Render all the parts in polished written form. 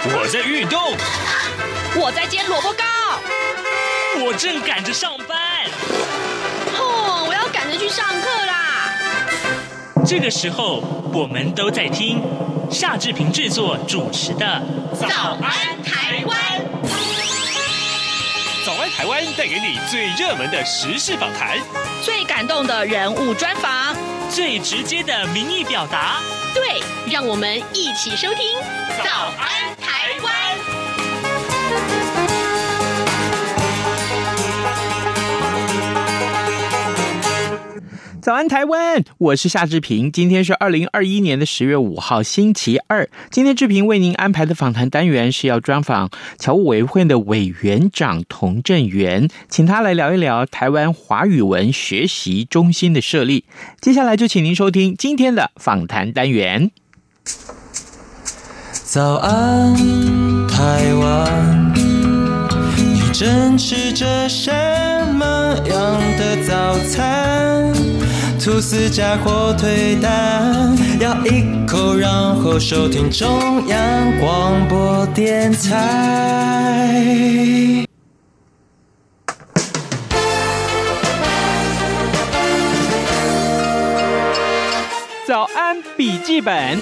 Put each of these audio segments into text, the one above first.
我在运动， 我在煎萝卜糕， 我正赶着上班。 我要赶着去上课啦。 这个时候，我们都在听夏志平制作主持的《 早安台湾》。 早安台湾带给你最热门的时事访谈， 最感动的人物专访， 最直接的民意表达。 对，让我们一起收听《早安台湾》。 早安台湾，我是夏志平。今天是2021年的10月5号星期二。今天志平为您安排的访谈单元是要专访侨务委员会的委员长童振源，请他来聊一聊台湾华语文学习中心的设立。接下来就请您收听今天的访谈单元。 早安台湾，你正吃着什么样的早餐？吐司加火腿蛋，咬一口然后收听中央广播电台。 早安笔记本，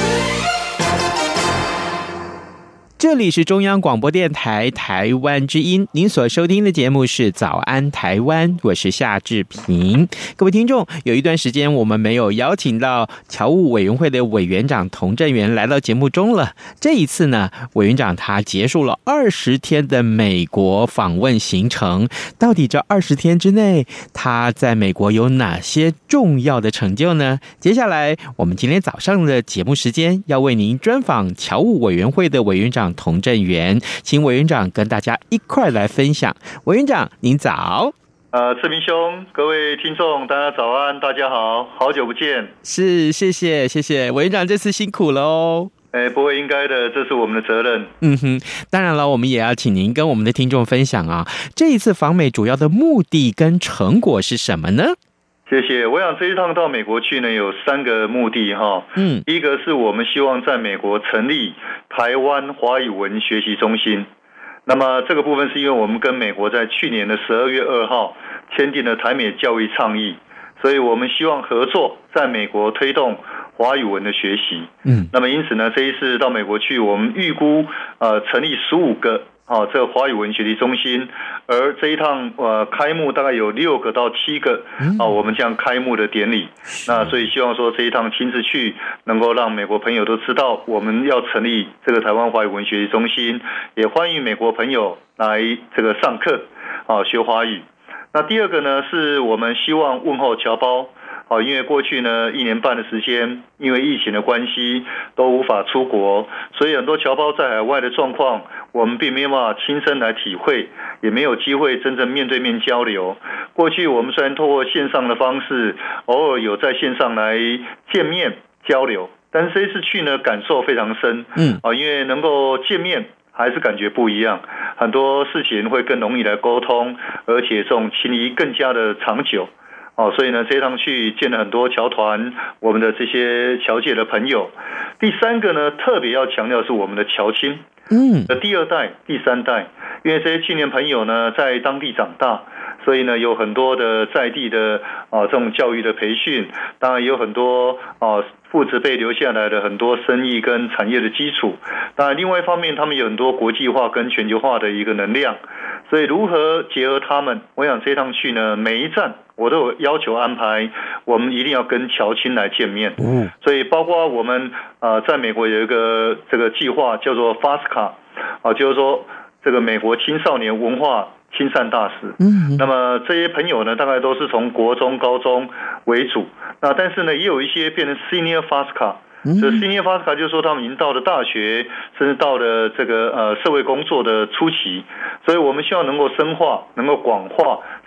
这里是中央广播电台台湾之音，您所收听的节目是早安台湾，我是夏志平。各位听众，有一段时间我们没有邀请到侨务委员会的委员长童振源来到节目中了。这一次呢，委员长他结束了20天的美国访问行程，到底这20天之内他在美国有哪些重要的成就呢？接下来我们今天早上的节目时间要为您专访侨务委员会的委员长童振源，请委员长跟大家一块来分享。委员长您早。 志明兄，各位听众大家早安，大家好，好久不见。 是，谢谢委员长，这次辛苦了哦。 不会，应该的，这是我们的责任。 当然了，我们也要请您跟我们的听众分享啊，这一次访美主要的目的跟成果是什么呢？ 谢谢。我想这一趟到美国去呢，有3个目的哈。第一个是我们希望在美国成立台湾华语文学习中心。那么这个部分是因为我们跟美国在去年的12月2号签订了台美教育倡议，所以我们希望合作在美国推动华语文的学习。那么因此呢，这一次到美国去，我们预估成立15个这个华语文学习中心，而这一趟开幕大概有6个到7个我们这样开幕的典礼。那所以希望说这一趟亲自去，能够让美国朋友都知道我们要成立这个台湾华语文学习中心，也欢迎美国朋友来这个上课学华语。那第二个呢，是我们希望问候侨胞。因为过去呢1年半的时间，因为疫情的关系都无法出国，所以很多侨胞在海外的状况，我们并没有办法亲身来体会，也没有机会真正面对面交流。过去我们虽然透过线上的方式，偶尔有在线上来见面交流，但是这一次去呢，感受非常深。因为能够见面还是感觉不一样，很多事情会更容易来沟通，而且这种情谊更加的长久。所以呢，这一趟去见了很多侨团，我们的这些侨界的朋友。第3个呢，特别要强调是我们的侨亲，的第2代、第3代，因为这些青年朋友呢，在当地长大，所以呢，有很多的在地的这种教育的培训，当然也有很多父执辈留下来的很多生意跟产业的基础。当然，另外一方面，他们有很多国际化跟全球化的一个能量。所以如何结合他们，我想这一趟去呢，每一站我都有要求安排，我们一定要跟侨亲来见面。所以包括我们在美国有一个这个计划叫做 FASCA，就是说这个美国青少年文化亲善大使。那么这些朋友呢，大概都是从国中、高中为主。那但是呢，也有一些变成 Senior FASCA。这 Senior FASCA 就是说他们已经到了大学，甚至到了这个社会工作的初期，所以我们希望能够深化、能够广化，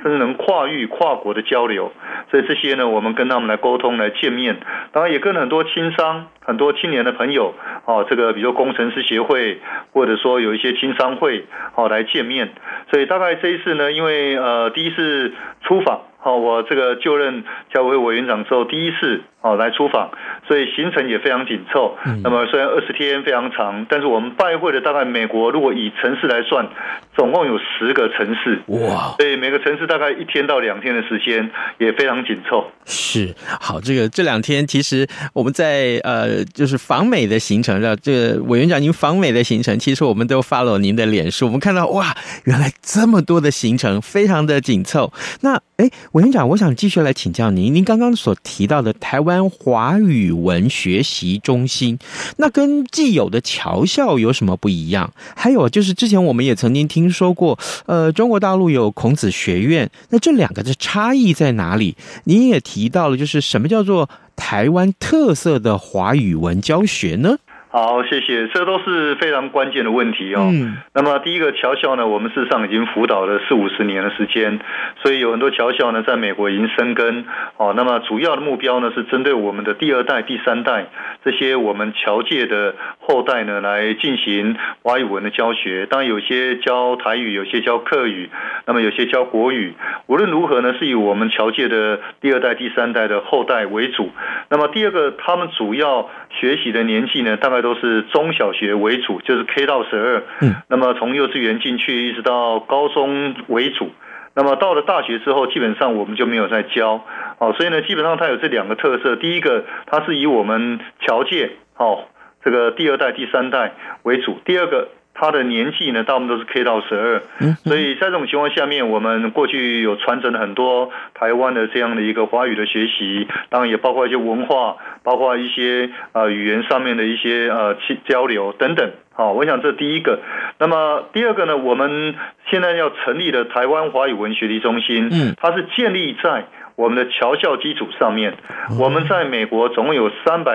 甚至能跨域跨国的交流。所以这些呢，我们跟他们来沟通来见面，当然也跟很多青商、很多青年的朋友，这个比如工程师协会，或者说有一些青商会，来见面。所以大概这一次呢，因为第一次出访，我这个就任侨委会委员长之后第一次来出访，所以行程也非常紧凑。那么虽然20天非常长，但是我们拜会的大概美国如果以城市来算，总共有10个城市。哇！所以每个城市大概1天到2天的时间，也非常紧凑。 是，好，这2天其实我们在就是访美的行程，这个委员长您访美的行程，其实我们都 follow 您的脸书，我们看到哇，原来这么多的行程，非常的紧凑。那委员长，我想继续来请教您，您刚刚所提到的台湾华语文学习中心，那跟既有的侨校有什么不一样？还有就是之前我们也曾经听说过，中国大陆有孔子学院，那这2个的差异在哪里？您也提到了，就是什么叫做台湾特色的华语文教学呢？ 好，谢谢，这都是非常关键的问题哦。那么第一个侨校呢，我们事实上已经辅导了40-50年的时间，所以有很多侨校呢在美国已经生根。那么主要的目标呢是针对我们的第2代、第3代这些我们侨界的后代呢来进行华语文的教学。当然有些教台语，有些教客语，那么有些教国语。无论如何呢，是以我们侨界的第2代、第3代的后代为主。那么第二个，他们主要学习的年纪呢，大概都是中小学为主，就是 K 到12。那么从幼稚园进去一直到高中为主。那么到了大学之后，基本上我们就没有再教。所以呢，基本上它有这2个特色。第一个，它是以我们侨界这个第2代、第3代为主。第二个，他的年纪呢，大部分都是 K 到12，所以在这种情况下面，我们过去有传承了很多台湾的这样的一个华语的学习，当然也包括一些文化，包括一些语言上面的一些交流等等。我想这第一个。那么第二个呢，我们现在要成立的台湾华语文学习中心，它是建立在我们的侨校基础上面。我们在美国总共有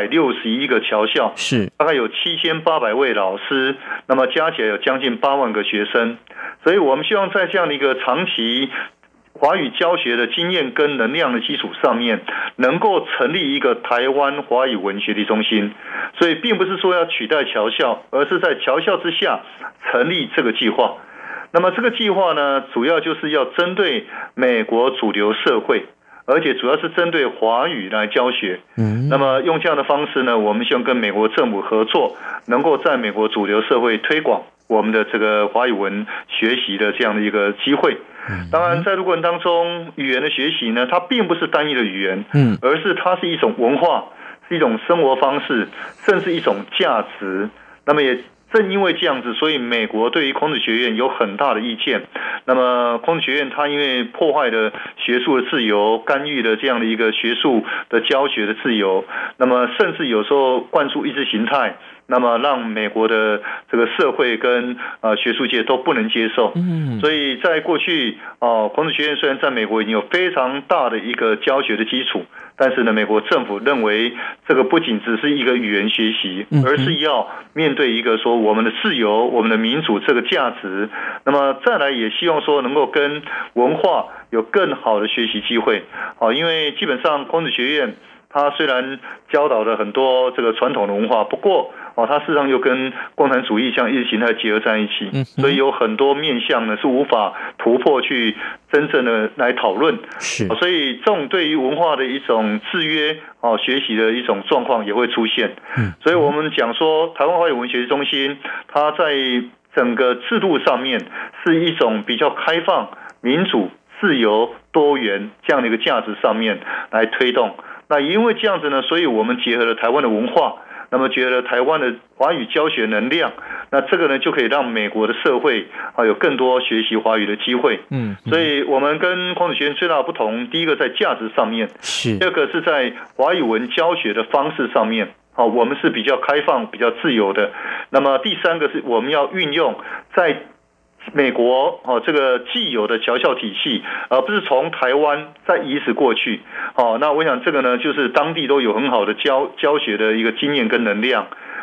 361个侨校，是大概有7800位老师，那么加起来有将近8万个学生。所以我们希望在这样的一个长期华语教学的经验跟能量的基础上面，能够成立一个台湾华语文学习中心。所以并不是说要取代侨校，而是在侨校之下成立这个计划。那么这个计划呢，主要就是要针对美国主流社会，而且主要是针对华语来教学。那么用这样的方式呢，我们希望跟美国政府合作，能够在美国主流社会推广我们的这个华语文学习的这样的一个机会。当然在这个过程当中，语言的学习呢，它并不是单一的语言，而是它是一种文化，是一种生活方式，甚至一种价值。那么也正因为这样子，所以美国对于孔子学院有很大的意见。那么孔子学院它因为破坏了学术的自由，干预了这样的一个学术的教学的自由，那么甚至有时候灌输意识形态，那么让美国的这个社会跟学术界都不能接受。所以在过去孔子学院虽然在美国已经有非常大的一个教学的基础，但是呢，美国政府认为这个不仅只是一个语言学习，而是要面对一个说我们的自由、我们的民主这个价值。那么再来也希望说能够跟文化有更好的学习机会。因为基本上孔子学院它虽然教导了很多这个传统的文化，不过它事实上又跟共产主义像意识形态结合在一起，所以有很多面向呢是无法突破去真正的来讨论。所以这种对于文化的一种制约学习的一种状况也会出现。所以我们讲说台湾华语文学中心，它在整个制度上面是一种比较开放、民主、自由、多元这样的一个价值上面来推动。那因为这样子呢，所以我们结合了台湾的文化，那么结合了台湾的华语教学能量，那这个呢就可以让美国的社会有更多学习华语的机会。所以我们跟孔子学院最大的不同，第一个在价值上面，第二个是在华语文教学的方式上面，我们是比较开放、比较自由的。那么第三个是我们要运用在美国这个既有的侨校体系，而不是从台湾再移植过去。那我想这个呢，就是当地都有很好的教学的一个经验跟能量。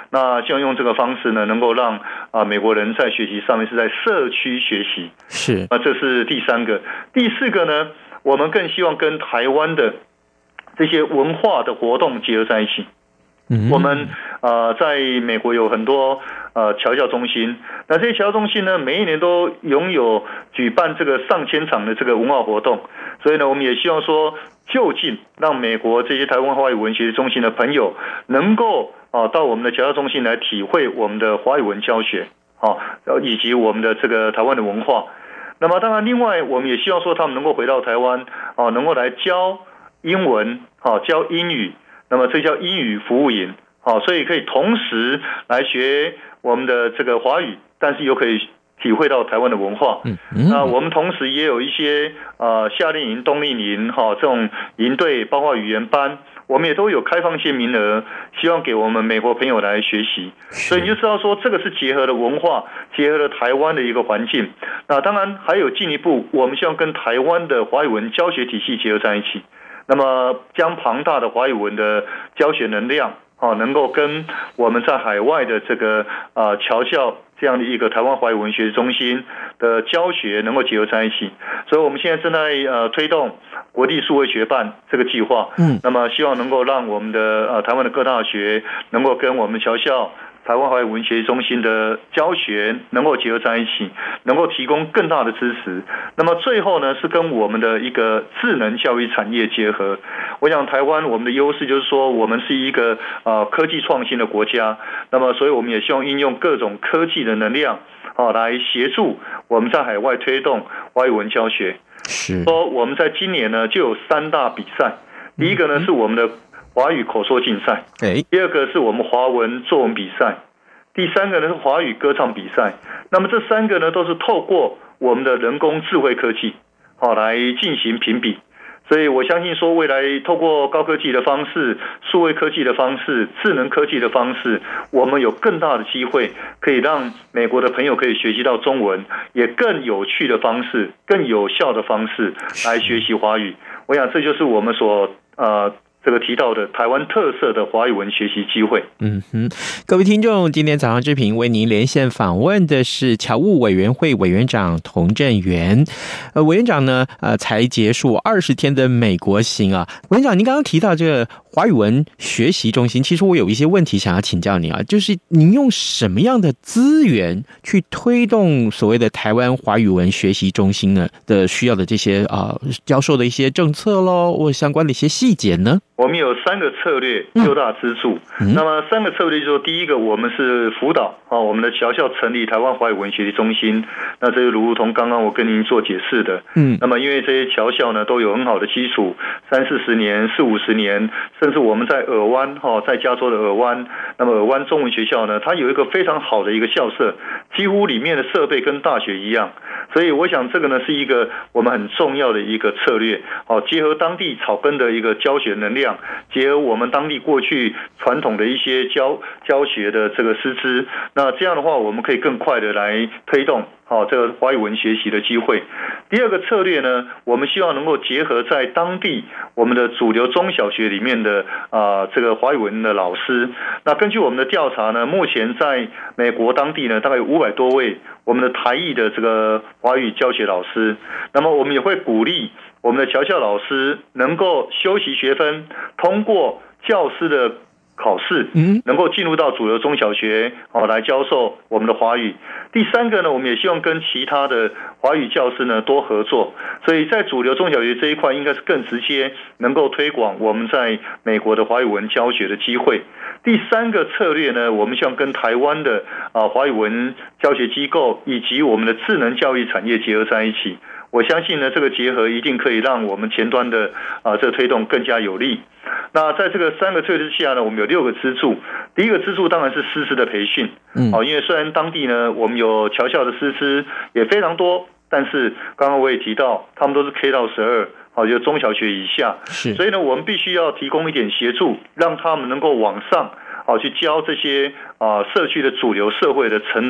那希望用这个方式呢，能够让美国人在学习上面是在社区学习， 是这是第3个。第4个呢，我们更希望跟台湾的这些文化的活动结合在一起。我们在美国有很多侨教中心，那这些侨教中心呢，每一年都拥有举办这个上千场的这个文化活动，所以呢，我们也希望说，就近让美国这些台湾华语文学中心的朋友能够到我们的侨教中心来体会我们的华语文教学，以及我们的这个台湾的文化。那么当然，另外我们也希望说，他们能够回到台湾，能够来教英文，教英语。那么这叫英语服务营，所以可以同时来学我们的这个华语，但是又可以体会到台湾的文化。那我们同时也有一些夏令营、冬令营这种营队，包括语言班，我们也都有开放一些名额，希望给我们美国朋友来学习。所以你就知道说，这个是结合了文化，结合了台湾的一个环境。那当然还有进一步，我们希望跟台湾的华语文教学体系结合在一起。那么将庞大的华语文的教学能量，能够跟我们在海外的这个侨教这样的一个台湾华语文学中心的教学能够结合在一起。所以我们现在正在推动国际数位学办这个计划，那么希望能够让我们的台湾的各大学能够跟我们侨校台湾华语文学中心的教学能够结合在一起，能够提供更大的支持。那么最后呢，是跟我们的一个智能教育产业结合。我想台湾我们的优势就是说，我们是一个科技创新的国家，那么所以我们也希望应用各种科技的能量来协助我们在海外推动华语文教学。说我们在今年呢就有3大比赛，第一个呢是我们的华语口说竞赛，第2个是我们华文作文比赛，第3个呢是华语歌唱比赛。那么这3个呢都是透过我们的人工智慧科技来进行评比。所以我相信说，未来透过高科技的方式、数位科技的方式、智能科技的方式，我们有更大的机会可以让美国的朋友可以学习到中文，也更有趣的方式、更有效的方式来学习华语。我想这就是我们所这个提到的台湾特色的华语文学习机会。 各位听众，今天早上之平为您连线访问的是侨务委员会委员长童振源。委员长呢，才结束20天的美国行啊。委员长，您刚刚提到这个华语文学习中心，其实我有一些问题想要请教您啊，就是您用什么样的资源去推动所谓的台湾华语文学习中心呢的需要的这些教授的一些政策咯，或相关的一些细节呢？ 我们有3个策略，6大支柱。那么3个策略就是说，第一个我们是辅导我们的侨校成立台湾华语文学习中心。那这就如同刚刚我跟您做解释的，那么因为这些侨校呢都有很好的基础，30-40年、40-50年，甚至我们在尔湾在加州的尔湾，那么尔湾中文学校呢，它有一个非常好的一个校舍，几乎里面的设备跟大学一样。所以我想这个呢是一个我们很重要的一个策略，结合当地草根的一个教学能量，结合我们当地过去传统的一些教学的这个师资，那这样的话我们可以更快的来推动这个华语文学习的机会。第2个策略呢，我们希望能够结合在当地我们的主流中小学里面的这个华语文的老师。那根据我们的调查呢，目前在美国当地呢大概有500多位我们的台裔的这个华语教学老师。那么我们也会鼓励我们的侨校老师能够修习学分，通过教师的考试，能够进入到主流中小学来教授我们的华语。第3个呢，我们也希望跟其他的华语教师呢多合作，所以在主流中小学这一块应该是更直接能够推广我们在美国的华语文教学的机会。第3个策略呢，我们希望跟台湾的华语文教学机构以及我们的智能教育产业结合在一起。我相信呢，这个结合一定可以让我们前端的这个推动更加有力。那在这个3个策略之下呢，我们有6个支柱。第一个支柱当然是师资的培训，因为虽然当地呢我们有侨校的师资也非常多，但是刚刚我也提到，他们都是 K 到12，就中小学以下，所以呢我们必须要提供一点协助，让他们能够往上去教这些社区的主流社会的成人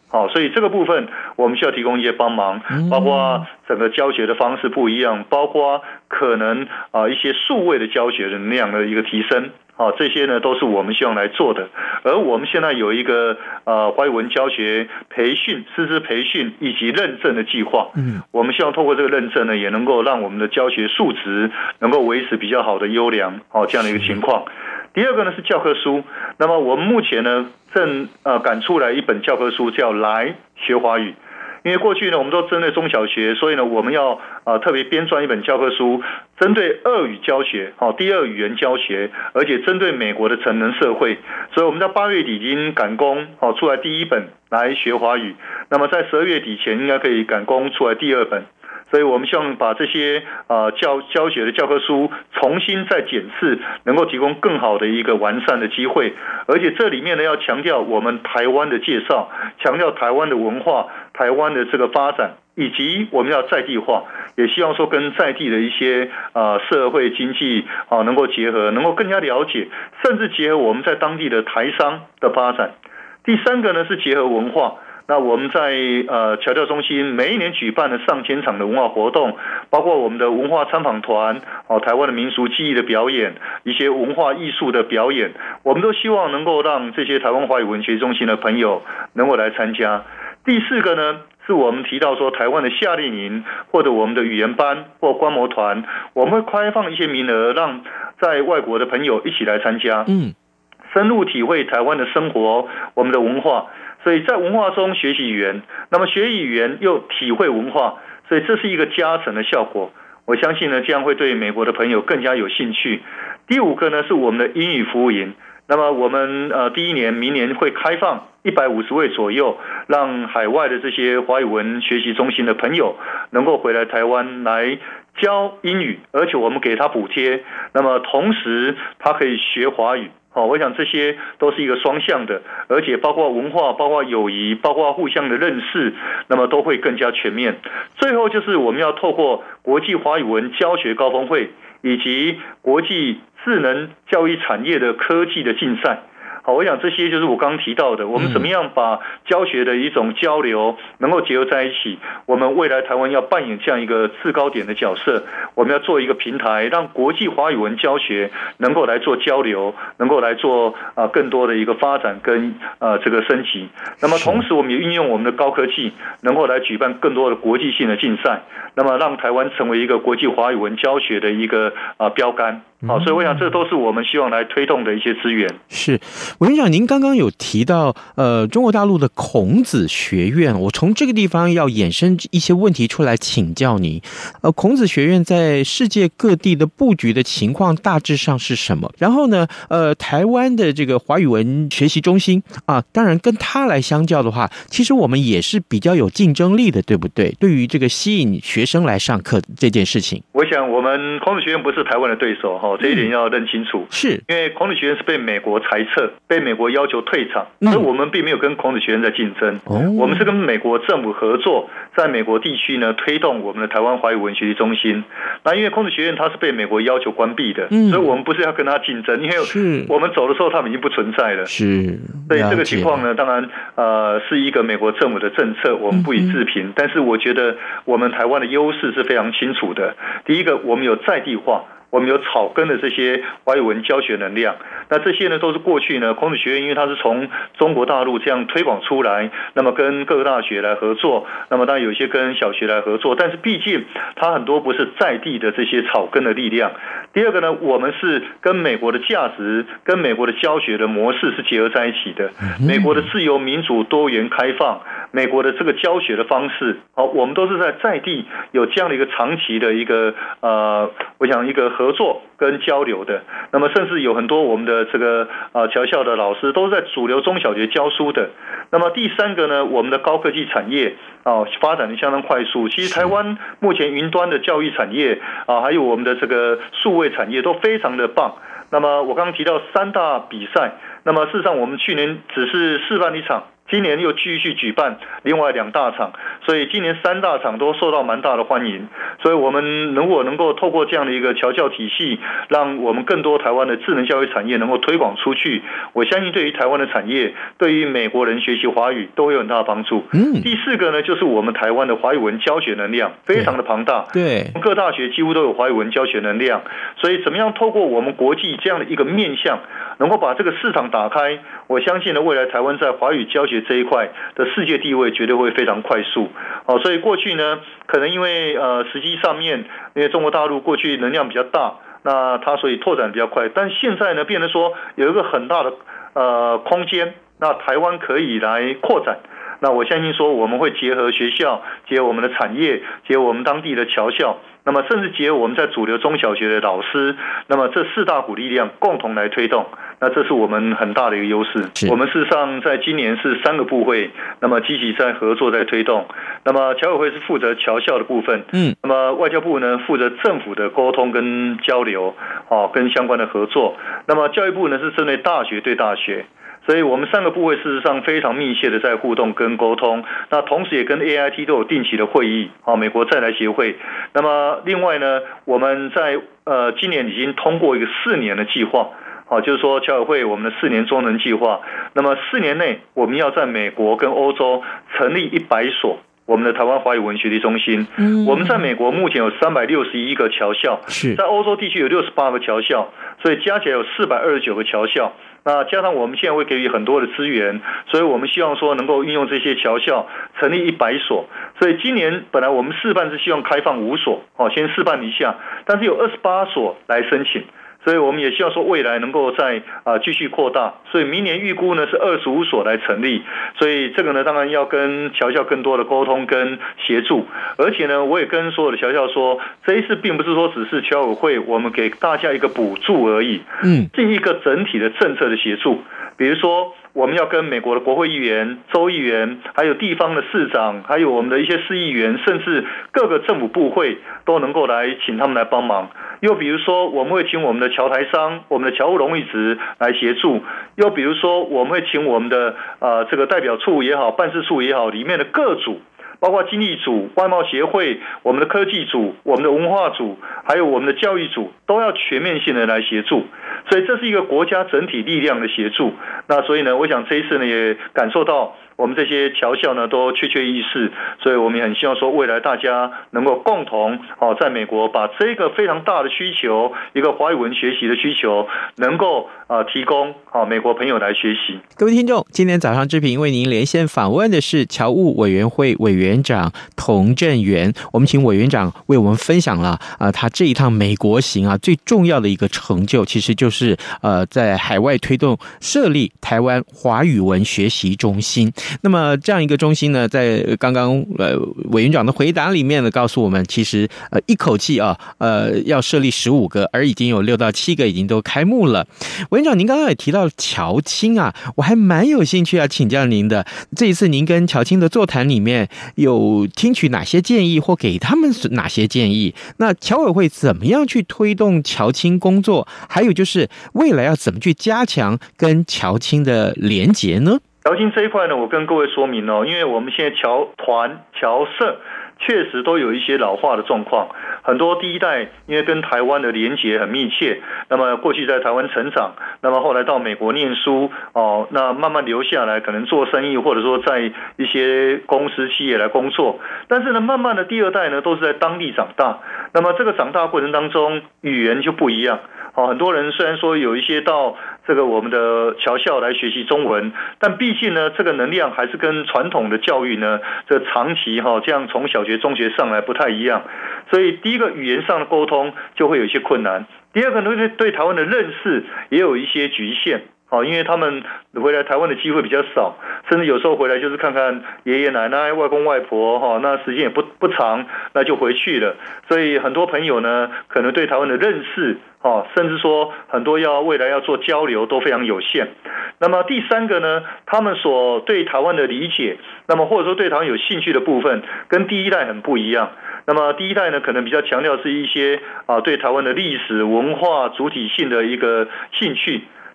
好，所以这个部分我们需要提供一些帮忙，包括整个教学的方式不一样，包括可能一些数位的教学的那样的一个提升。这些呢都是我们希望来做的。而我们现在有一个华语文教学培训、师资培训以及认证的计划。我们希望透过这个认证呢，也能够让我们的教学素质能够维持比较好的优良，这样的一个情况。第二个呢是教科书，那么我们目前呢正赶出来一本教科书，叫《来学华语》。因为过去呢，我们都针对中小学，所以呢，我们要特别编撰一本教科书，针对俄语教学，第二语言教学，而且针对美国的成人社会。所以我们在8月底已经赶工，出来第一本来学华语。那么在12月底前，应该可以赶工出来第二本。所以我们希望把这些教学的教科书重新再检视，能够提供更好的一个完善的机会。而且这里面呢，要强调我们台湾的介绍，强调台湾的文化、台湾的这个发展，以及我们要在地化，也希望说跟在地的一些社会经济能够结合，能够更加了解，甚至结合我们在当地的台商的发展。第三个呢是结合文化。那我们在侨教中心每一年举办了上千场的文化活动，包括我们的文化参访团，台湾的民俗技艺的表演，一些文化艺术的表演，我们都希望能够让这些台湾华语文学中心的朋友能够来参加。第四个呢，是我们提到说台湾的夏令营或者我们的语言班或观摩团，我们会开放一些名额，让在外国的朋友一起来参加，深入体会台湾的生活，我们的文化。所以在文化中学习语言，那么学语言又体会文化，所以这是一个加成的效果。我相信呢，这样会对美国的朋友更加有兴趣。第五个呢是我们的英语服务营，那么我们第一年、明年会开放150位左右，让海外的这些华语文学习中心的朋友能够回来台湾来教英语，而且我们给他补贴，那么同时他可以学华语。我想这些都是一个双向的，而且包括文化、包括友谊、包括互相的认识，那么都会更加全面。最后就是我们要透过国际华语文教学高峰会以及国际智能教育产业的科技的竞赛。好，我想这些就是我刚刚提到的，我们怎么样把教学的一种交流能够结合在一起。我们未来台湾要扮演这样一个制高点的角色，我们要做一个平台，让国际华语文教学能够来做交流，能够来做更多的一个发展跟这个升级。那么同时我们也运用我们的高科技，能够来举办更多的国际性的竞赛，那么让台湾成为一个国际华语文教学的一个标杆。好，所以我想这都是我们希望来推动的一些资源。 是，文院长，您刚刚有提到中国大陆的孔子学院，我从这个地方要衍生一些问题出来请教你。孔子学院在世界各地的布局的情况大致上是什么？然后呢，台湾的这个华语文学习中心当然跟它来相较的话，其实我们也是比较有竞争力的，对不对？对于这个吸引学生来上课这件事情， 我想我们孔子学院不是台湾的对手。这一点要认清楚， 是因为孔子学院是被美国裁撤，被美国要求退场，所以我们并没有跟孔子学院在竞争，我们是跟美国政府合作，在美国地区呢推动我们的台湾华语文学习中心。那因为孔子学院它是被美国要求关闭的，所以我们不是要跟他竞争，因为我们走的时候他们已经不存在了。 是， 所以这个情况呢，当然是一个美国政府的政策，我们不予置评。但是我觉得我们台湾的优势是非常清楚的。第一个，我们有在地化。我们有草根的这些华语文教学能量，那这些呢都是过去呢孔子学院，因为它是从中国大陆这样推广出来，那么跟各个大学来合作，那么当然有些跟小学来合作，但是毕竟它很多不是在地的这些草根的力量。第二个呢，我们是跟美国的价值、跟美国的教学的模式是结合在一起的。美国的自由、民主、多元、开放，美国的这个教学的方式，我们都是在地有这样的一个长期的一个我想一个合作跟交流的。那么甚至有很多我们的这个侨校的老师都是在主流中小学教书的。那么第三个呢，我们的高科技产业发展的相当快速。其实台湾目前云端的教育产业还有我们的这个数位产业都非常的棒。那么我刚刚提到3大比赛，那么事实上我们去年只是示范一场， 今年又继续举办另外2大场，所以今年3大场都受到蛮大的欢迎。所以我们如果能够透过这样的一个侨教体系，让我们更多台湾的智能教育产业能够推广出去，我相信对于台湾的产业，对于美国人学习华语都会有很大的帮助。第4个呢，就是我们台湾的华语文教学能量非常的庞大， 对， 各大学几乎都有华语文教学能量，所以怎么样透过我们国际这样的一个面向，能够把这个市场打开，我相信呢，未来台湾在华语教学这一块的世界地位绝对会非常快速。所以过去呢，可能因为时机上面，因为中国大陆过去能量比较大，那它所以拓展比较快，但现在呢，变成说有一个很大的空间，那台湾可以来扩展。那我相信说，我们会结合学校，结合我们的产业，结合我们当地的侨校，那么甚至结合我们在主流中小学的老师，那么这4大股力量共同来推动，那这是我们很大的一个优势。我们事实上在今年是3个部会，那么积极在合作在推动。那么侨委会是负责侨校的部分，那么外交部呢负责政府的沟通跟交流，跟相关的合作。那么教育部呢是针对大学对大学。所以我们3个部会事实上非常密切的在互动跟沟通，那同时也跟 AIT 都有定期的会议，美国再来协会。那么另外呢，我们在今年已经通过一个4年的计划，就是说侨委会我们的4年中能计划，那么4年内我们要在美国跟欧洲成立100所我们的台湾华语文学习中心。我们在美国目前有361个侨校，在欧洲地区有68个侨校，所以加起来有429个侨校。那加上我们现在会给予很多的资源，所以我们希望说能够运用这些侨校成立100所。所以今年本来我们试办是希望开放5所，先试办一下，但是有28所来申请。所以我们也希望说未来能够再继续扩大，所以明年预估呢是25所来成立，所以这个呢当然要跟侨校更多的沟通跟协助，而且呢我也跟所有的侨校说，这一次并不是说只是侨委会我们给大家一个补助而已，是一个整体的政策的协助，比如说我们要跟美国的国会议员、州议员，还有地方的市长，还有我们的一些市议员，甚至各个政府部会都能够来请他们来帮忙。又比如说，我们会请我们的侨台商、我们的侨务荣誉职来协助；又比如说，我们会请我们的这个代表处也好、办事处也好，里面的各组，包括经济组、外贸协会、我们的科技组、我们的文化组，还有我们的教育组，都要全面性的来协助。所以这是一个国家整体力量的协助。那所以呢，我想这一次呢也感受到我们这些侨校呢都确确意识，所以我们也很希望说未来大家能够共同在美国把这个非常大的需求，一个华语文学习的需求，能够提供美国朋友来学习。 各位听众，今天早上志平为您连线访问的是侨务委员会委员长童振源，我们请委员长为我们分享了他这一趟美国行最重要的一个成就，其实就是在海外推动设立台湾华语文学习中心。那么这样一个中心呢，在刚刚委员长的回答里面呢，告诉我们其实一口气要设立15个，而已经有6到7个已经都开幕了。委员长，您刚刚也提到侨青我还蛮有兴趣请教您的。这一次您跟侨青的座谈里面有听取哪些建议，或给他们哪些建议？那侨委会怎么样去推动侨青工作？还有就是未来要怎么去加强跟侨青的连结呢？ 侨青这一块呢，我跟各位说明因为我们现在侨团、侨社确实都有一些老化的状况，很多第一代因为跟台湾的连结很密切，那么过去在台湾成长，那么后来到美国念书那慢慢留下来，可能做生意或者说在一些公司企业来工作，但是呢，慢慢的第2代呢都是在当地长大，那么这个长大过程当中语言就不一样。很多人虽然说有一些到这个我们的侨校来学习中文，但毕竟呢，这个能量还是跟传统的教育呢，这长期这样从小学、中学上来不太一样。所以第一个语言上的沟通就会有一些困难，第二个呢，对台湾的认识也有一些局限。因为他们回来台湾的机会比较少，甚至有时候回来就是看看爷爷奶奶、外公外婆，那时间也不长，那就回去了。所以很多朋友呢，可能对台湾的认识，甚至说很多未来要做交流都非常有限。那么第3个呢，他们所对台湾的理解，那么或者说对台湾有兴趣的部分，跟第1代很不一样。那么第1代呢，可能比较强调是一些对台湾的历史文化主体性的一个兴趣。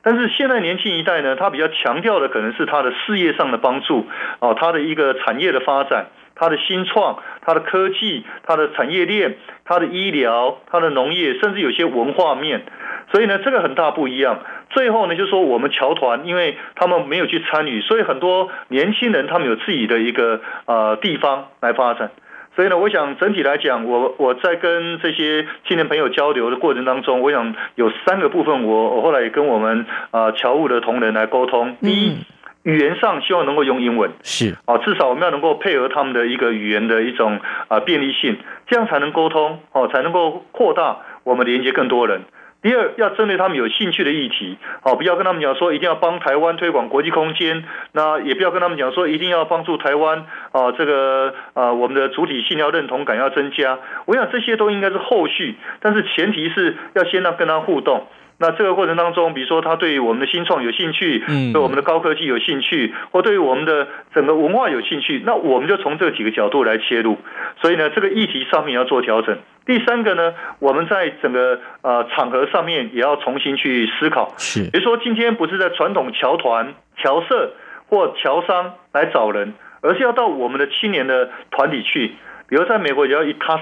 但是现在年轻一代呢，他比较强调的可能是他的事业上的帮助，他的一个产业的发展，他的新创，他的科技，他的产业链，他的医疗，他的农业，甚至有些文化面。所以呢，这个很大不一样。最后呢，就是说我们侨团，因为他们没有去参与，所以很多年轻人他们有自己的一个地方来发展。所以呢，我想整体来讲，我在跟这些青年朋友交流的过程当中，我想有3个部分，我后来也跟我们侨务的同仁来沟通。第一，语言上希望能够用英文， 是至少我们要能够配合他们的一个语言的一种便利性，这样才能沟通，才能够扩大我们连接更多人。第二，要针对他们有兴趣的议题，不要跟他们讲说一定要帮台湾推广国际空间，那也不要跟他们讲说一定要帮助台湾这个我们的主体性要认同感要增加。我想这些都应该是后续，但是前提是要先跟他互动。那这个过程当中，比如说他对于我们的新创有兴趣，对我们的高科技有兴趣，或对于我们的整个文化有兴趣，那我们就从这几个角度来切入。所以呢，这个议题上面要做调整。第3个呢，我们在整个场合上面也要重新去思考。 是， 比如说今天不是在传统侨团、侨社或侨商来找人，而是要到我们的青年的团体去。比如在美国也叫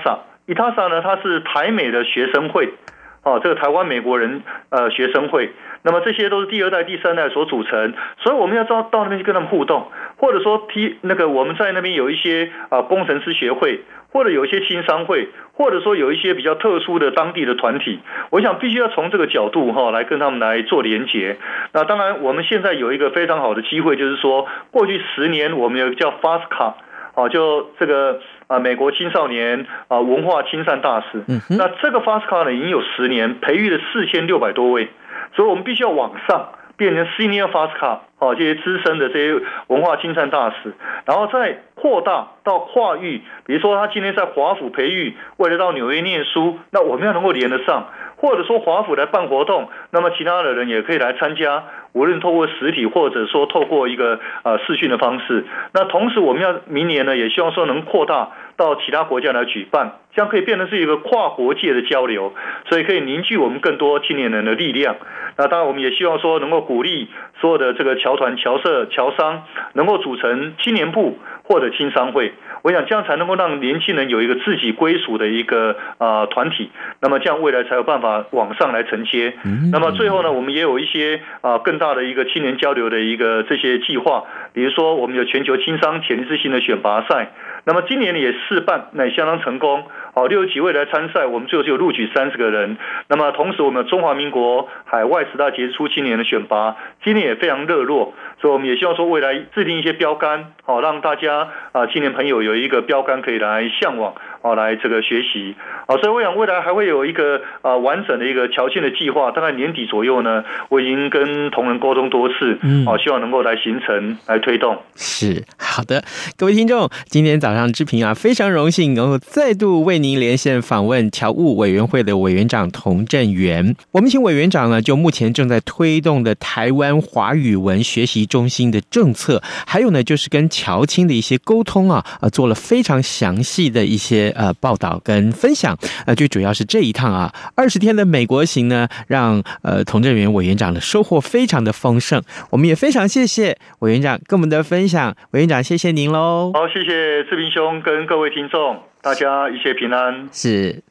ITASA 呢，它是台美的学生会。这个台湾美国人学生会，那么这些都是第2代、第3代所组成，所以我们要到那边去跟他们互动，或者说我们在那边有一些工程师协会，或者有一些青商会，或者说有一些比较特殊的当地的团体，我想必须要从这个角度来跟他们来做连结。那当然，我们现在有一个非常好的机会，就是说过去10年我们有一个叫 FASCA。就这个美国青少年文化亲善大使，那这个 FASCA 呢已经有10年，培育了4600多位，所以我们必须要往上变成 Senior FASCA， 这些资深的这些文化亲善大使，然后再扩大到跨域，比如说他今天在华府培育，为了到纽约念书，那我们要能够连得上，或者说华府来办活动，那么其他的人也可以来参加，无论透过实体或者说透过一个视讯的方式。那同时我们要明年呢，也希望说能扩大到其他国家来举办，这样可以变成是一个跨国界的交流，所以可以凝聚我们更多青年人的力量。那当然我们也希望说能够鼓励所有的这个侨团、侨社、侨商能够组成青年部或者青商会，我想这样才能够让年轻人有一个自己归属的一个团体，那么这样未来才有办法往上来承接。那么最后呢，我们也有一些更大的一个青年交流的一个这些计划，比如说我们有全球青商潜力之星的选拔赛，那么今年也试办，那也相当成功，60几位来参赛，我们最后就录取30个人。那么同时我们有中华民国海外10大杰出青年的选拔，今年也非常热络，所以我们也希望说未来制定一些标杆，让大家青年朋友有一个标杆可以来向往，来这个学习。所以我想未来还会有一个完整的一个侨青的计划，大概年底左右呢，我已经跟同仁沟通多次，希望能够来形成来推动。 是好的，各位听众，今天早上之平非常荣幸能够再度为您连线访问侨务委员会的委员长童振源。我们请委员长呢，就目前正在推动的台湾华语文学习中心的政策，还有呢就是跟侨青的一些沟通做了非常详细的一些报道跟分享。最主要是这一趟20天的美国行呢，让童振源委员长的收获非常的丰盛。我们也非常谢谢委员长跟我们的分享，委员长谢谢您喽。 好，谢谢志平兄跟各位听众，大家一切平安。 是。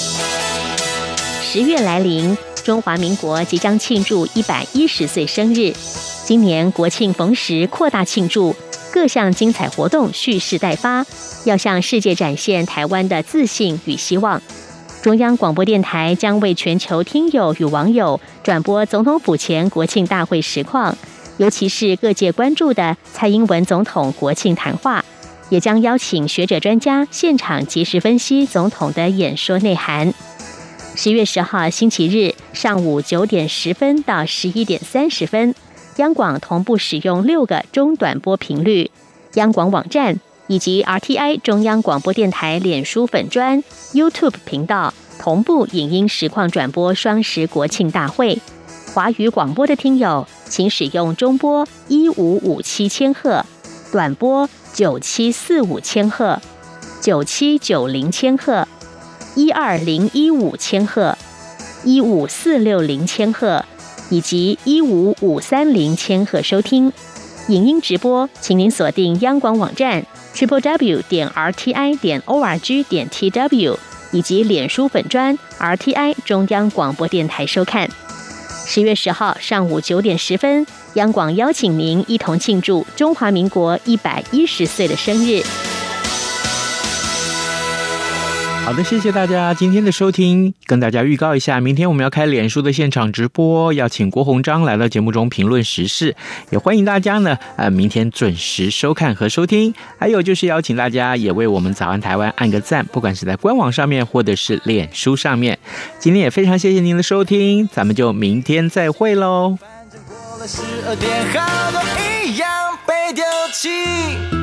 10月来临，中华民国即将庆祝110岁生日。今年国庆逢时扩大庆祝，各项精彩活动蓄势待发，要向世界展现台湾的自信与希望。中央广播电台将为全球听友与网友转播总统府前国庆大会实况，尤其是各界关注的蔡英文总统国庆谈话，也将邀请学者专家现场及时分析总统的演说内涵。10月10号星期日上午9点10分到11点30分，央广同步使用6个中短波频率，央广网站以及 RTI 中央广播电台脸书粉专 YouTube 频道同步影音实况转播双十国庆大会。华语广播的听友请使用中波1557千赫，短波9745千赫、9790千赫、12015千赫、15460千赫以及15530千赫收听。影音直播，请您锁定央广网站 www.rti.org.tw 以及脸书粉专 RTI 中央广播电台收看。10月10号上午9点10分，央广邀请您一同庆祝中华民国110岁的生日。 好的，谢谢大家今天的收听。跟大家预告一下，明天我们要开脸书的现场直播，要请郭鸿章来到节目中评论时事，也欢迎大家呢明天准时收看和收听。还有就是邀请大家也为我们早安台湾按个赞，不管是在官网上面或者是脸书上面。今天也非常谢谢您的收听，咱们就明天再会咯。 12点好多一样被丢弃